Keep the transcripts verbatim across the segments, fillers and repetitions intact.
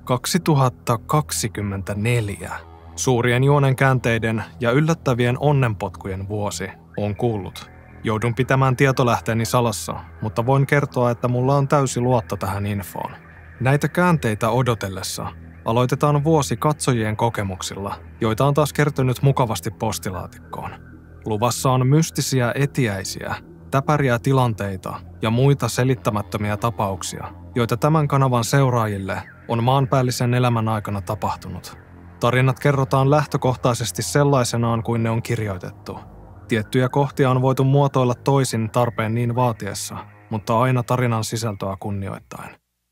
kaksituhattakaksikymmentäneljä. Suurien juonen käänteiden ja yllättävien onnenpotkujen vuosi on kuullut. Joudun pitämään tietolähteeni salassa, mutta voin kertoa, että mulla on täysi luotto tähän infoon. Näitä käänteitä odotellessa aloitetaan vuosi katsojien kokemuksilla, joita on taas kertynyt mukavasti postilaatikkoon. Luvassa on mystisiä etiäisiä, täpäriä tilanteita ja muita selittämättömiä tapauksia, joita tämän kanavan seuraajille on maanpäällisen elämän aikana tapahtunut. Tarinat kerrotaan lähtökohtaisesti sellaisenaan kuin ne on kirjoitettu. Tiettyjä kohtia on voitu muotoilla toisin tarpeen niin vaatiessa, mutta aina tarinan sisältöä kunnioittaen.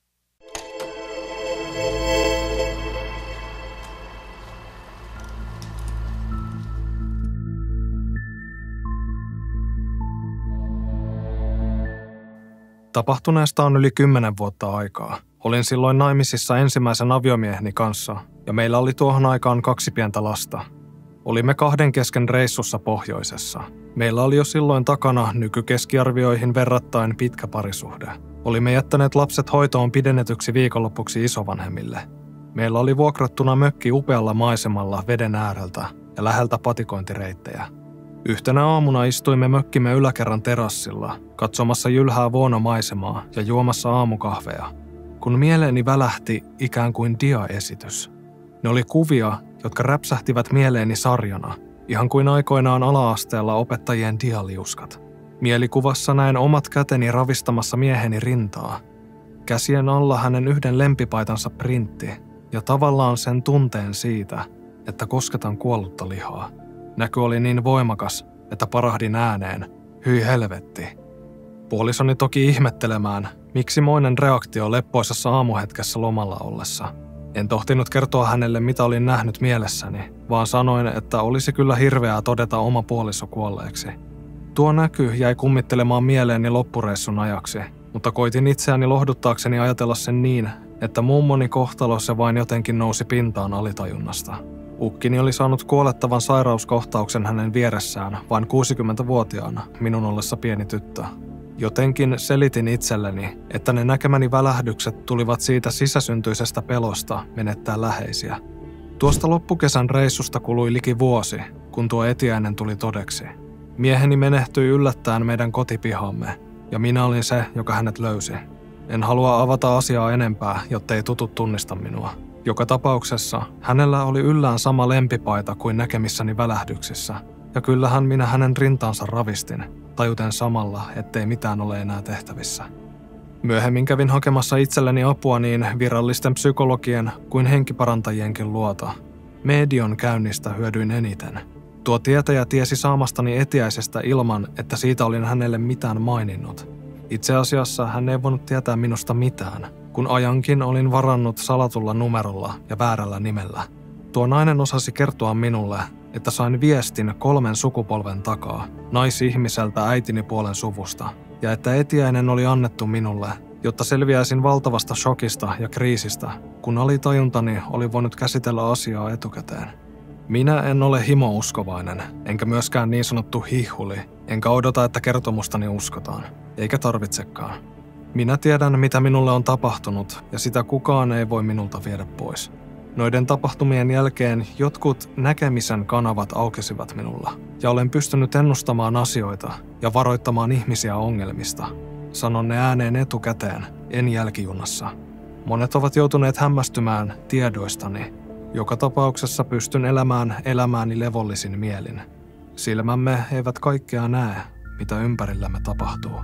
Tapahtuneesta on yli kymmenen vuotta aikaa. Olin silloin naimisissa ensimmäisen aviomieheni kanssa, ja meillä oli tuohon aikaan kaksi pientä lasta. Olimme kahden kesken reissussa pohjoisessa. Meillä oli jo silloin takana nykykeskiarvioihin verrattain pitkä parisuhde. Olimme jättäneet lapset hoitoon pidennetyksi viikonlopuksi isovanhemmille. Meillä oli vuokrattuna mökki upealla maisemalla veden ääreltä ja läheltä patikointireittejä. Yhtenä aamuna istuimme mökkimme yläkerran terassilla, katsomassa jylhää vuonomaisemaa ja juomassa aamukahveja, kun mieleeni välähti ikään kuin diaesitys. Ne oli kuvia, jotka räpsähtivät mieleeni sarjana, ihan kuin aikoinaan ala-asteella opettajien dialiuskat. Mielikuvassa näin omat käteni ravistamassa mieheni rintaa. Käsien alla hänen yhden lempipaitansa printti ja tavallaan sen tunteen siitä, että kosketan kuollutta lihaa. Näky oli niin voimakas, että parahdin ääneen, hyi helvetti. Puolisoni toki ihmettelemään, miksi moinen reaktio leppoisessa aamuhetkessä lomalla ollessa. En tohtinut kertoa hänelle, mitä olin nähnyt mielessäni, vaan sanoin, että olisi kyllä hirveää todeta oma puoliso kuolleeksi. Tuo näky jäi kummittelemaan mieleeni loppureissun ajaksi, mutta koitin itseäni lohduttaakseni ajatella sen niin, että mummoni kohtalo se vain jotenkin nousi pintaan alitajunnasta. Ukkini oli saanut kuolettavan sairauskohtauksen hänen vieressään vain kuusikymmentävuotiaana, minun ollessa pieni tyttö. Jotenkin selitin itselleni, että ne näkemäni välähdykset tulivat siitä sisäsyntyisestä pelosta menettää läheisiä. Tuosta loppukesän reissusta kului liki vuosi, kun tuo etiäinen tuli todeksi. Mieheni menehtyi yllättäen meidän kotipihamme, ja minä olin se, joka hänet löysi. En halua avata asiaa enempää, jottei tutut tunnista minua. Joka tapauksessa hänellä oli yllään sama lempipaita kuin näkemissäni välähdyksissä, ja kyllähän minä hänen rintaansa ravistin, tajuten samalla, ettei mitään ole enää tehtävissä. Myöhemmin kävin hakemassa itselleni apua niin virallisten psykologien kuin henkiparantajienkin luota. Medion käynnistä hyödyin eniten. Tuo tietäjä tiesi saamastani etiäisestä ilman, että siitä olin hänelle mitään maininnut. Itse asiassa hän ei voinut tietää minusta mitään, kun ajankin olin varannut salatulla numerolla ja väärällä nimellä. Tuo nainen osasi kertoa minulle, että sain viestin kolmen sukupolven takaa, naisihmiseltä äitini puolen suvusta, ja että etiäinen oli annettu minulle, jotta selviäisin valtavasta shokista ja kriisistä, kun alitajuntani oli voinut käsitellä asiaa etukäteen. Minä en ole himouskovainen, enkä myöskään niin sanottu hihuli, enkä odota, että kertomustani uskotaan, eikä tarvitsekaan. Minä tiedän, mitä minulle on tapahtunut, ja sitä kukaan ei voi minulta viedä pois. Noiden tapahtumien jälkeen jotkut näkemisen kanavat aukesivat minulla, ja olen pystynyt ennustamaan asioita ja varoittamaan ihmisiä ongelmista. Sanon ne ääneen etukäteen, en jälkijunassa. Monet ovat joutuneet hämmästymään tiedoistani. Joka tapauksessa pystyn elämään elämääni levollisin mielin. Silmämme eivät kaikkea näe, mitä ympärillämme tapahtuu.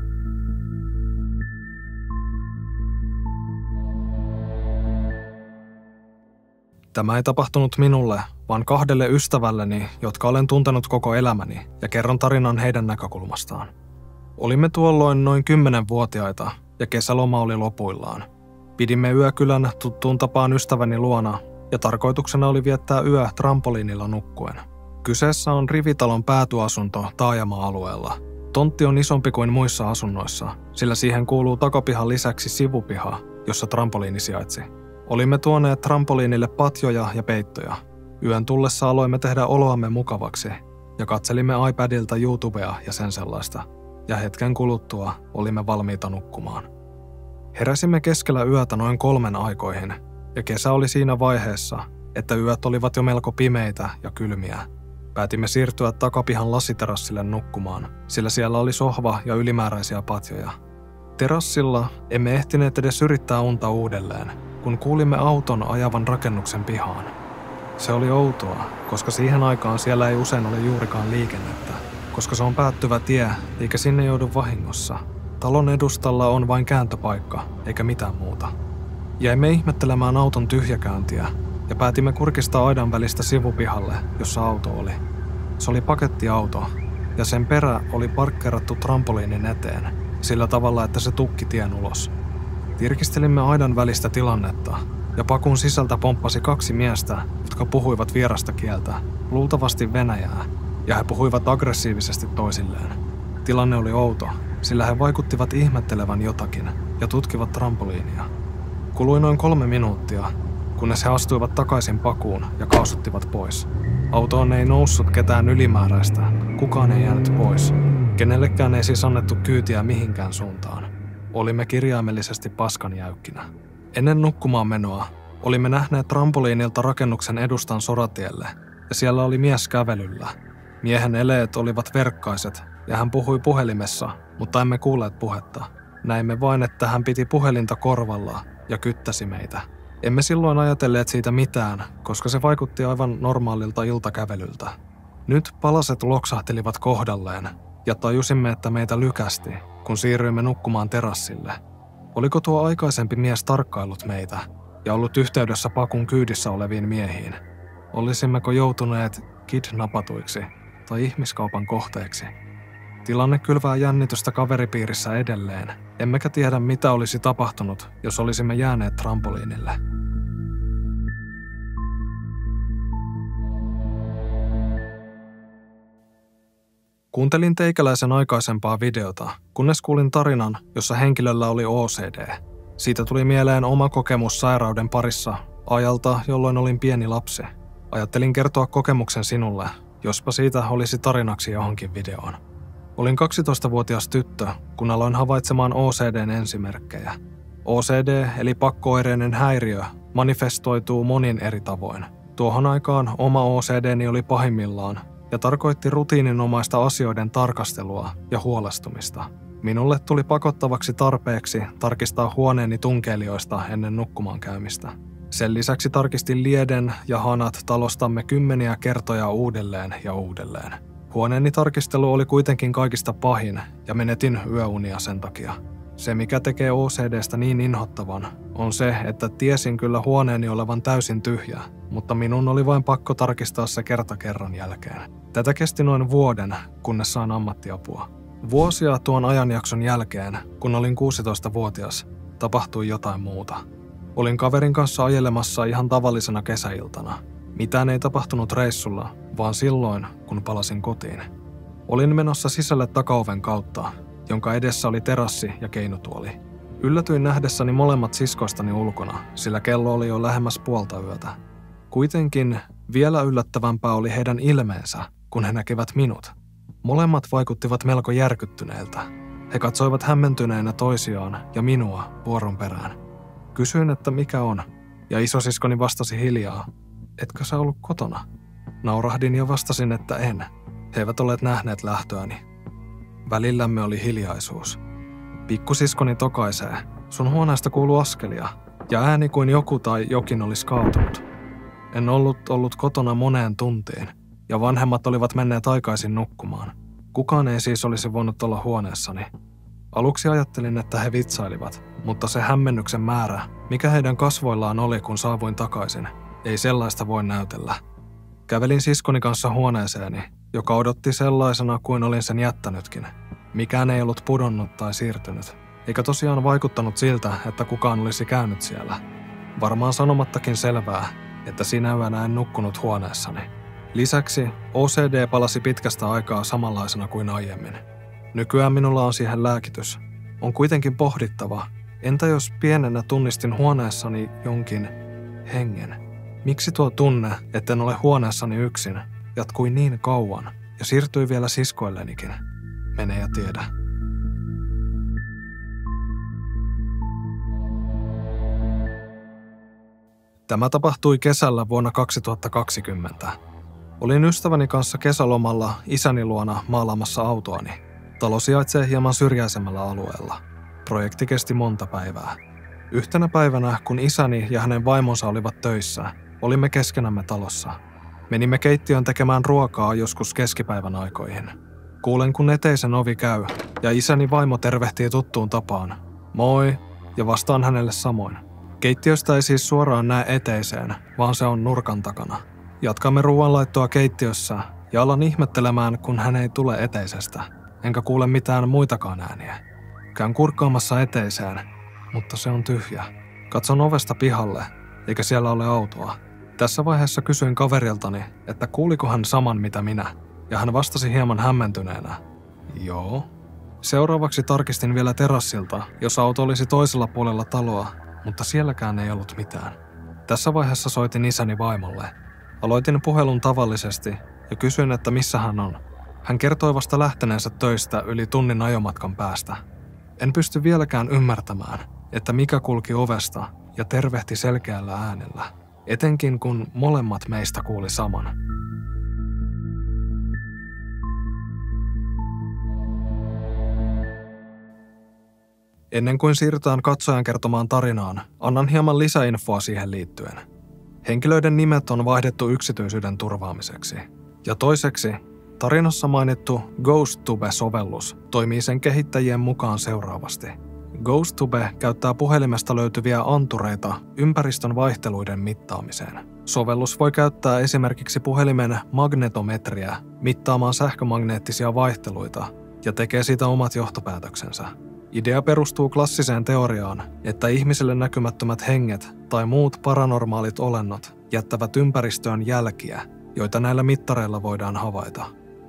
Tämä ei tapahtunut minulle, vaan kahdelle ystävälleni, jotka olen tuntenut koko elämäni, ja kerron tarinan heidän näkökulmastaan. Olimme tuolloin noin kymmenvuotiaita, ja kesäloma oli lopuillaan. Pidimme yökylän tuttuun tapaan ystäväni luona, ja tarkoituksena oli viettää yö trampoliinilla nukkuen. Kyseessä on rivitalon päätyasunto taajama-alueella. Tontti on isompi kuin muissa asunnoissa, sillä siihen kuuluu takapihan lisäksi sivupiha, jossa trampoliini sijaitsi. Olimme tuoneet trampoliinille patjoja ja peittoja. Yön tullessa aloimme tehdä oloamme mukavaksi ja katselimme iPadilta YouTubea ja sen sellaista. Ja hetken kuluttua olimme valmiita nukkumaan. Heräsimme keskellä yötä noin kolmen aikoihin ja kesä oli siinä vaiheessa, että yöt olivat jo melko pimeitä ja kylmiä. Päätimme siirtyä takapihan lasiterassille nukkumaan, sillä siellä oli sohva ja ylimääräisiä patjoja. Terassilla emme ehtineet edes yrittää unta uudelleen, kun kuulimme auton ajavan rakennuksen pihaan. Se oli outoa, koska siihen aikaan siellä ei usein ole juurikaan liikennettä, koska se on päättyvä tie, eikä sinne joudu vahingossa. Talon edustalla on vain kääntöpaikka, eikä mitään muuta. Jäimme ihmettelemään auton tyhjäkäyntiä ja päätimme kurkistaa aidan välistä sivupihalle, jossa auto oli. Se oli pakettiauto, ja sen perä oli parkkeerattu trampoliinin eteen, sillä tavalla, että se tukki tien ulos. Tirkistelimme aidan välistä tilannetta, ja pakun sisältä pomppasi kaksi miestä, jotka puhuivat vierasta kieltä, luultavasti venäjää, ja he puhuivat aggressiivisesti toisilleen. Tilanne oli outo, sillä he vaikuttivat ihmettelevän jotakin ja tutkivat trampoliinia. Kului noin kolme minuuttia, kunnes he astuivat takaisin pakuun ja kaasuttivat pois. Autoon ei noussut ketään ylimääräistä, kukaan ei jäänyt pois. Kenellekään ei siis annettu kyytiä mihinkään suuntaan. Olimme kirjaimellisesti paskanjäykkinä. Ennen nukkumaan menoa olimme nähneet trampoliinilta rakennuksen edustan soratielle, ja siellä oli mies kävelyllä. Miehen eleet olivat verkkaiset, ja hän puhui puhelimessa, mutta emme kuulleet puhetta. Näimme vain, että hän piti puhelinta korvalla ja kyttäsi meitä. Emme silloin ajatelleet siitä mitään, koska se vaikutti aivan normaalilta iltakävelyltä. Nyt palaset loksahtelivat kohdalleen, ja tajusimme, että meitä lykästi, kun siirryimme nukkumaan terassille. Oliko tuo aikaisempi mies tarkkaillut meitä ja ollut yhteydessä pakun kyydissä oleviin miehiin? Olisimmeko joutuneet kidnappatuiksi tai ihmiskaupan kohteeksi? Tilanne kylvää jännitystä kaveripiirissä edelleen, emmekä tiedä mitä olisi tapahtunut, jos olisimme jääneet trampoliinille. Kuuntelin teikäläisen aikaisempaa videota, kunnes kuulin tarinan, jossa henkilöllä oli O C D. Siitä tuli mieleen oma kokemus sairauden parissa ajalta, jolloin olin pieni lapsi. Ajattelin kertoa kokemuksen sinulle, jospa siitä olisi tarinaksi johonkin videoon. Olin kaksitoistavuotias tyttö, kun aloin havaitsemaan O C D:n ensimerkkejä. O C D eli pakko-oireinen häiriö manifestoituu monin eri tavoin. Tuohon aikaan oma O C D:ni oli pahimmillaan ja tarkoitti rutiininomaista asioiden tarkastelua ja huolestumista. Minulle tuli pakottavaksi tarpeeksi tarkistaa huoneeni tunkeilijoista ennen nukkumaan käymistä. Sen lisäksi tarkistin lieden ja hanat talostamme kymmeniä kertoja uudelleen ja uudelleen. Huoneeni tarkistelu oli kuitenkin kaikista pahin ja menetin yöunia sen takia. Se, mikä tekee O C D:stä niin inhottavan, on se, että tiesin kyllä huoneeni olevan täysin tyhjä, mutta minun oli vain pakko tarkistaa se kerta kerran jälkeen. Tätä kesti noin vuoden, kunnes sain ammattiapua. Vuosia tuon ajanjakson jälkeen, kun olin kuusitoistavuotias, tapahtui jotain muuta. Olin kaverin kanssa ajelemassa ihan tavallisena kesäiltana. Mitään ei tapahtunut reissulla, vaan silloin, kun palasin kotiin. Olin menossa sisälle takaoven kautta, jonka edessä oli terassi ja keinutuoli. Yllätyin nähdessäni molemmat siskoistani ulkona, sillä kello oli jo lähemmäs puolta yötä. Kuitenkin vielä yllättävämpää oli heidän ilmeensä, kun he näkivät minut. Molemmat vaikuttivat melko järkyttyneiltä. He katsoivat hämmentyneenä toisiaan ja minua vuoron perään. Kysyin, että mikä on, ja isosiskoni vastasi hiljaa, etkö sä ollut kotona? Naurahdin ja vastasin, että en. He eivät olleet nähneet lähtöäni. Välillämme oli hiljaisuus. Pikkusiskoni tokaisee, sun huoneesta kuuluu askelia, ja ääni kuin joku tai jokin olisi kaatunut. En ollut ollut kotona moneen tuntiin, ja vanhemmat olivat menneet aikaisin nukkumaan. Kukaan ei siis olisi voinut olla huoneessani. Aluksi ajattelin, että he vitsailivat, mutta se hämmennyksen määrä, mikä heidän kasvoillaan oli, kun saavuin takaisin, ei sellaista voi näytellä. Kävelin siskoni kanssa huoneeseeni, joka odotti sellaisena kuin olin sen jättänytkin. Mikään ei ollut pudonnut tai siirtynyt, eikä tosiaan vaikuttanut siltä, että kukaan olisi käynyt siellä. Varmaan sanomattakin selvää, että sinä yönä en nukkunut huoneessani. Lisäksi O C D palasi pitkästä aikaa samanlaisena kuin aiemmin. Nykyään minulla on siihen lääkitys. On kuitenkin pohdittava, entä jos pienenä tunnistin huoneessani jonkin hengen? Miksi tuo tunne, etten ole huoneessani yksin, jatkui niin kauan ja siirtyi vielä siskoillenikin? Mene ja tiedä. Tämä tapahtui kesällä vuonna kaksituhattakaksikymmentä. Olin ystäväni kanssa kesälomalla isäni luona maalaamassa autoani. Talo sijaitsee hieman syrjäisemmällä alueella. Projekti kesti monta päivää. Yhtenä päivänä, kun isäni ja hänen vaimonsa olivat töissä, olimme keskenämme talossa. Menimme keittiöön tekemään ruokaa joskus keskipäivän aikoihin. Kuulen, kun eteisen ovi käy, ja isäni vaimo tervehtii tuttuun tapaan. Moi, ja vastaan hänelle samoin. Keittiöstä ei siis suoraan näe eteiseen, vaan se on nurkan takana. Jatkamme ruoanlaittoa keittiössä, ja alan ihmettelemään, kun hän ei tule eteisestä, enkä kuule mitään muitakaan ääniä. Käyn kurkkaamassa eteiseen, mutta se on tyhjä. Katson ovesta pihalle, eikä siellä ole autoa. Tässä vaiheessa kysyin kaveriltani, että kuuliko hän saman mitä minä, ja hän vastasi hieman hämmentyneenä. Joo. Seuraavaksi tarkistin vielä terassilta, jos auto olisi toisella puolella taloa, mutta sielläkään ei ollut mitään. Tässä vaiheessa soitin isäni vaimolle. Aloitin puhelun tavallisesti ja kysyin, että missä hän on. Hän kertoi vasta lähteneensä töistä yli tunnin ajomatkan päästä. En pysty vieläkään ymmärtämään, että mikä kulki ovesta ja tervehti selkeällä äänellä, etenkin kun molemmat meistä kuuli saman. Ennen kuin siirrytään katsojan kertomaan tarinaan, annan hieman lisäinfoa siihen liittyen. Henkilöiden nimet on vaihdettu yksityisyyden turvaamiseksi. Ja toiseksi, tarinassa mainittu GhostTube-sovellus toimii sen kehittäjien mukaan seuraavasti. GhostTube käyttää puhelimesta löytyviä antureita ympäristön vaihteluiden mittaamiseen. Sovellus voi käyttää esimerkiksi puhelimen magnetometriä mittaamaan sähkömagneettisia vaihteluita ja tekee siitä omat johtopäätöksensä. Idea perustuu klassiseen teoriaan, että ihmisille näkymättömät henget tai muut paranormaalit olennot jättävät ympäristöön jälkiä, joita näillä mittareilla voidaan havaita.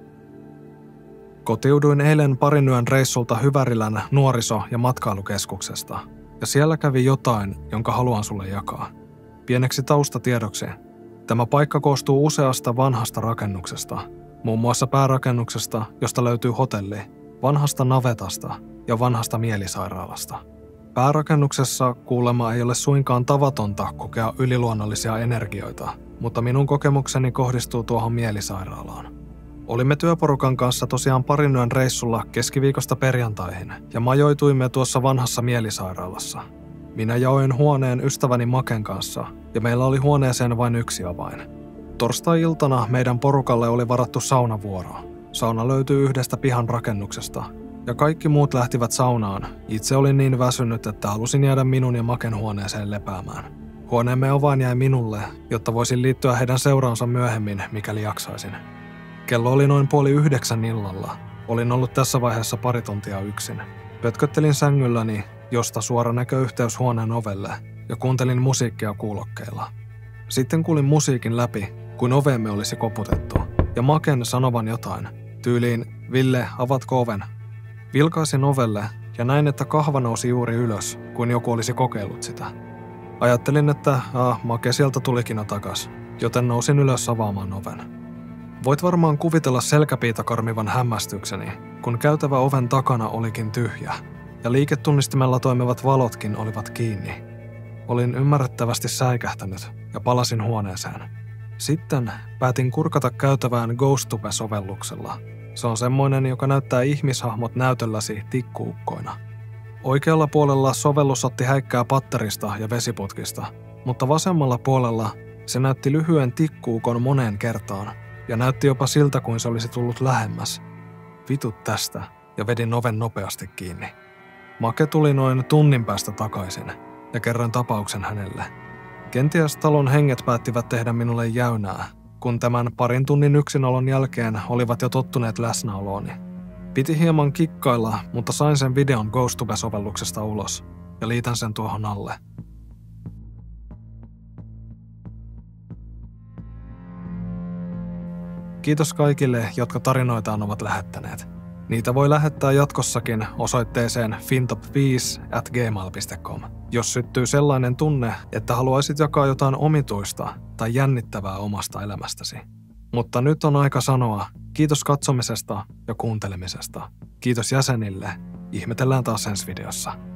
Kotiuduin eilen parin yön reissulta Hyvärilän nuoriso- ja matkailukeskuksesta, ja siellä kävi jotain, jonka haluan sulle jakaa. Pieneksi taustatiedoksi, tämä paikka koostuu useasta vanhasta rakennuksesta, muun muassa päärakennuksesta, josta löytyy hotelli, vanhasta navetasta ja vanhasta mielisairaalasta. Päärakennuksessa kuulemma ei ole suinkaan tavatonta kokea yliluonnollisia energioita, mutta minun kokemukseni kohdistuu tuohon mielisairaalaan. Olimme työporukan kanssa tosiaan parin yön reissulla keskiviikosta perjantaihin ja majoituimme tuossa vanhassa mielisairaalassa. Minä jaoin huoneen ystäväni Maken kanssa ja meillä oli huoneeseen vain yksi avain. Torstai-iltana meidän porukalle oli varattu saunavuoro. Sauna löytyy yhdestä pihan rakennuksesta ja kaikki muut lähtivät saunaan. Itse olin niin väsynyt, että halusin jäädä minun ja Maken huoneeseen lepäämään. Huoneemme avain jäi minulle, jotta voisin liittyä heidän seuraansa myöhemmin, mikäli jaksaisin. Kello oli noin puoli yhdeksän illalla. Olin ollut tässä vaiheessa pari tuntia yksin. Pötköttelin sängylläni, josta suora näköyhteys huoneen ovelle, ja kuuntelin musiikkia kuulokkeilla. Sitten kuulin musiikin läpi, kuin oveemme olisi koputettu, ja Maken sanovan jotain, tyyliin, Ville, avatko oven? Vilkaisin ovelle, ja näin, että kahva nousi juuri ylös, kuin joku olisi kokeillut sitä. Ajattelin, että ah, Make sieltä tulikin jo takas, joten nousin ylös avaamaan oven. Voit varmaan kuvitella selkäpiitä karmivan hämmästykseni, kun käytävä oven takana olikin tyhjä, ja liiketunnistimella toimivat valotkin olivat kiinni. Olin ymmärrettävästi säikähtänyt ja palasin huoneeseen. Sitten päätin kurkata käytävään GhostTube-sovelluksella. Se on semmoinen, joka näyttää ihmishahmot näytölläsi tikkuukkoina. Oikealla puolella sovellus otti häikkää patterista ja vesiputkista, mutta vasemmalla puolella se näytti lyhyen tikkuukon moneen kertaan ja näytti jopa siltä, kuin se olisi tullut lähemmäs. Vitut tästä, ja vedin oven nopeasti kiinni. Make tuli noin tunnin päästä takaisin ja kerroin tapauksen hänelle. Kenties talon henget päättivät tehdä minulle jäynää, kun tämän parin tunnin yksinolon jälkeen olivat jo tottuneet läsnäolooni. Piti hieman kikkailla, mutta sain sen videon GhostTube-sovelluksesta ulos ja liitän sen tuohon alle. Kiitos kaikille, jotka tarinoitaan ovat lähettäneet. Niitä voi lähettää jatkossakin osoitteeseen fintop viisi at gmail piste com, jos syttyy sellainen tunne, että haluaisit jakaa jotain omituista tai jännittävää omasta elämästäsi. Mutta nyt on aika sanoa kiitos katsomisesta ja kuuntelemisesta. Kiitos jäsenille. Ihmetellään taas ensi videossa.